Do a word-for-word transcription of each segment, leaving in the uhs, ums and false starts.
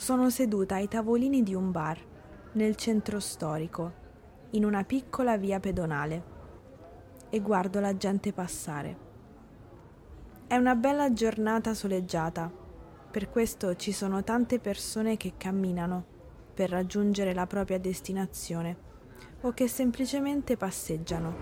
Sono seduta ai tavolini di un bar, nel centro storico, in una piccola via pedonale, e guardo la gente passare. È una bella giornata soleggiata, per questo ci sono tante persone che camminano per raggiungere la propria destinazione o che semplicemente passeggiano.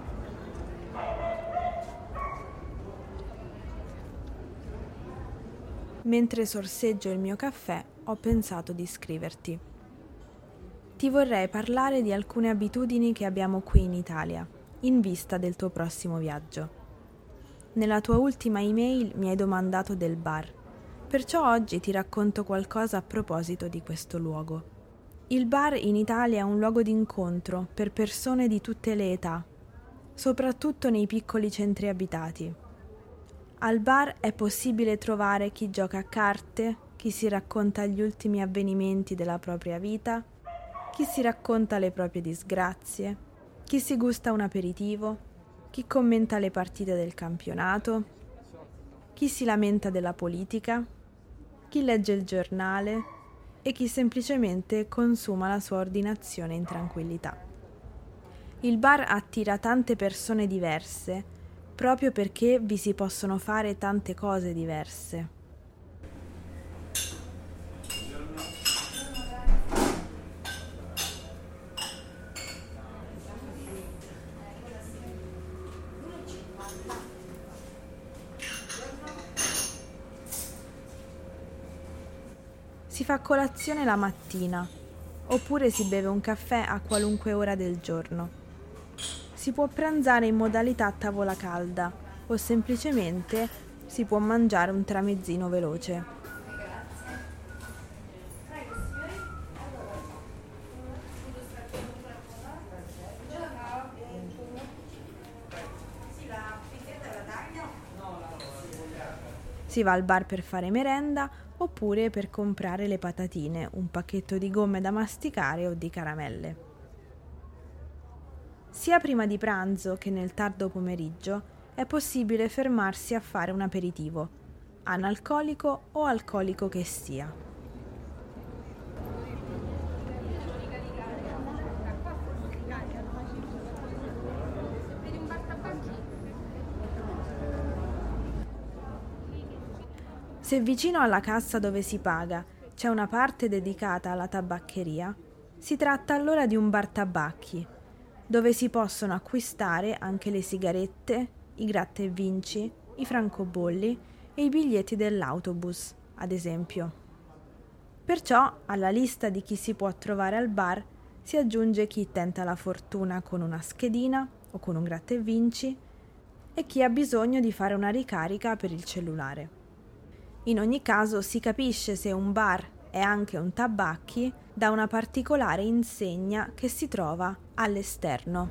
Mentre sorseggio il mio caffè, ho pensato di scriverti. Ti vorrei parlare di alcune abitudini che abbiamo qui in Italia, in vista del tuo prossimo viaggio. Nella tua ultima email mi hai domandato del bar, perciò oggi ti racconto qualcosa a proposito di questo luogo. Il bar in Italia è un luogo di incontro per persone di tutte le età, soprattutto nei piccoli centri abitati. Al bar è possibile trovare chi gioca a carte, chi si racconta gli ultimi avvenimenti della propria vita, chi si racconta le proprie disgrazie, chi si gusta un aperitivo, chi commenta le partite del campionato, chi si lamenta della politica, chi legge il giornale e chi semplicemente consuma la sua ordinazione in tranquillità. Il bar attira tante persone diverse proprio perché vi si possono fare tante cose diverse. Si fa colazione la mattina, oppure si beve un caffè a qualunque ora del giorno. Si può pranzare in modalità a tavola calda o semplicemente si può mangiare un tramezzino veloce. Si va al bar per fare merenda oppure per comprare le patatine, un pacchetto di gomme da masticare o di caramelle. Sia prima di pranzo che nel tardo pomeriggio è possibile fermarsi a fare un aperitivo, analcolico o alcolico che sia. Se vicino alla cassa dove si paga c'è una parte dedicata alla tabaccheria, si tratta allora di un bar tabacchi, dove si possono acquistare anche le sigarette, i gratta e vinci, i francobolli e i biglietti dell'autobus, ad esempio. Perciò alla lista di chi si può trovare al bar si aggiunge chi tenta la fortuna con una schedina o con un gratta e vinci e chi ha bisogno di fare una ricarica per il cellulare. In ogni caso si capisce se un bar è anche un tabacchi da una particolare insegna che si trova all'esterno.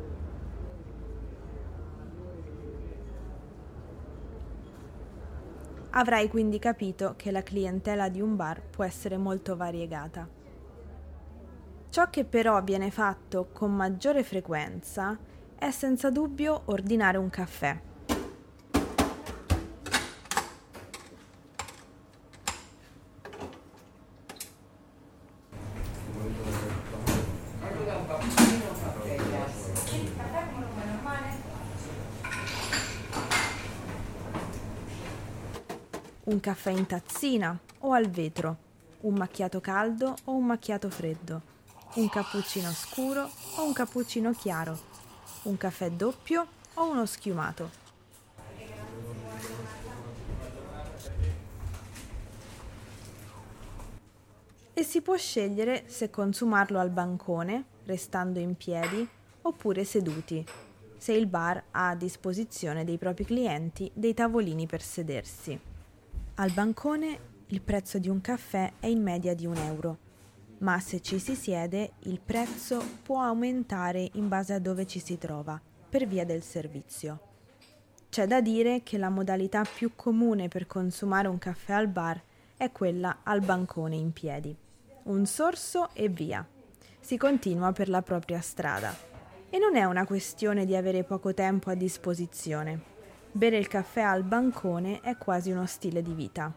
Avrai quindi capito che la clientela di un bar può essere molto variegata. Ciò che però viene fatto con maggiore frequenza è senza dubbio ordinare un caffè. Un caffè in tazzina o al vetro, un macchiato caldo o un macchiato freddo, un cappuccino scuro o un cappuccino chiaro, un caffè doppio o uno schiumato. E si può scegliere se consumarlo al bancone, restando in piedi, oppure seduti, se il bar ha a disposizione dei propri clienti dei tavolini per sedersi. Al bancone il prezzo di un caffè è in media di un euro, ma se ci si siede il prezzo può aumentare in base a dove ci si trova, per via del servizio. C'è da dire che la modalità più comune per consumare un caffè al bar è quella al bancone in piedi. Un sorso e via. Si continua per la propria strada. E non è una questione di avere poco tempo a disposizione. Bere il caffè al bancone è quasi uno stile di vita.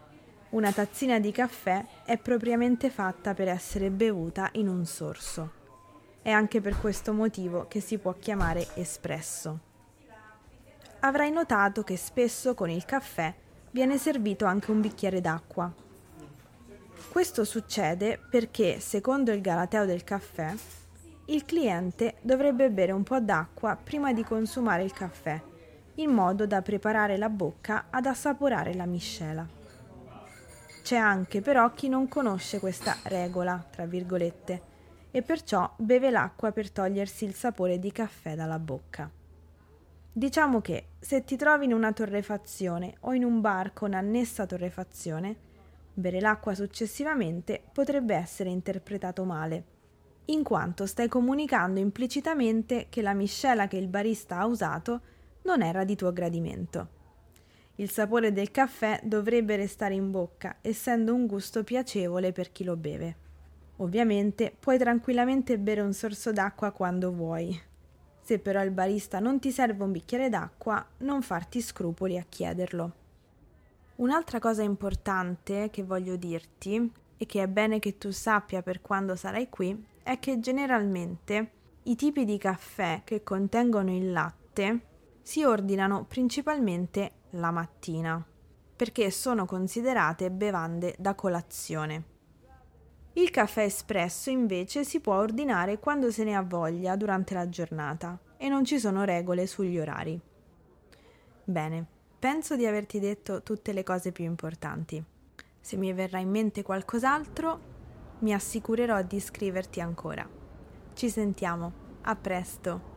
Una tazzina di caffè è propriamente fatta per essere bevuta in un sorso. È anche per questo motivo che si può chiamare espresso. Avrai notato che spesso con il caffè viene servito anche un bicchiere d'acqua. Questo succede perché, secondo il galateo del caffè, il cliente dovrebbe bere un po' d'acqua prima di consumare il caffè, in modo da preparare la bocca ad assaporare la miscela. C'è anche però chi non conosce questa regola, tra virgolette, e perciò beve l'acqua per togliersi il sapore di caffè dalla bocca. Diciamo che se ti trovi in una torrefazione o in un bar con annessa torrefazione, bere l'acqua successivamente potrebbe essere interpretato male, in quanto stai comunicando implicitamente che la miscela che il barista ha usato non era di tuo gradimento. Il sapore del caffè dovrebbe restare in bocca, essendo un gusto piacevole per chi lo beve. Ovviamente puoi tranquillamente bere un sorso d'acqua quando vuoi. Se però il barista non ti serve un bicchiere d'acqua, non farti scrupoli a chiederlo. Un'altra cosa importante che voglio dirti, e che è bene che tu sappia per quando sarai qui, è che generalmente i tipi di caffè che contengono il latte si ordinano principalmente la mattina, perché sono considerate bevande da colazione. Il caffè espresso invece si può ordinare quando se ne ha voglia durante la giornata e non ci sono regole sugli orari. Bene, penso di averti detto tutte le cose più importanti. Se mi verrà in mente qualcos'altro, mi assicurerò di scriverti ancora. Ci sentiamo, a presto!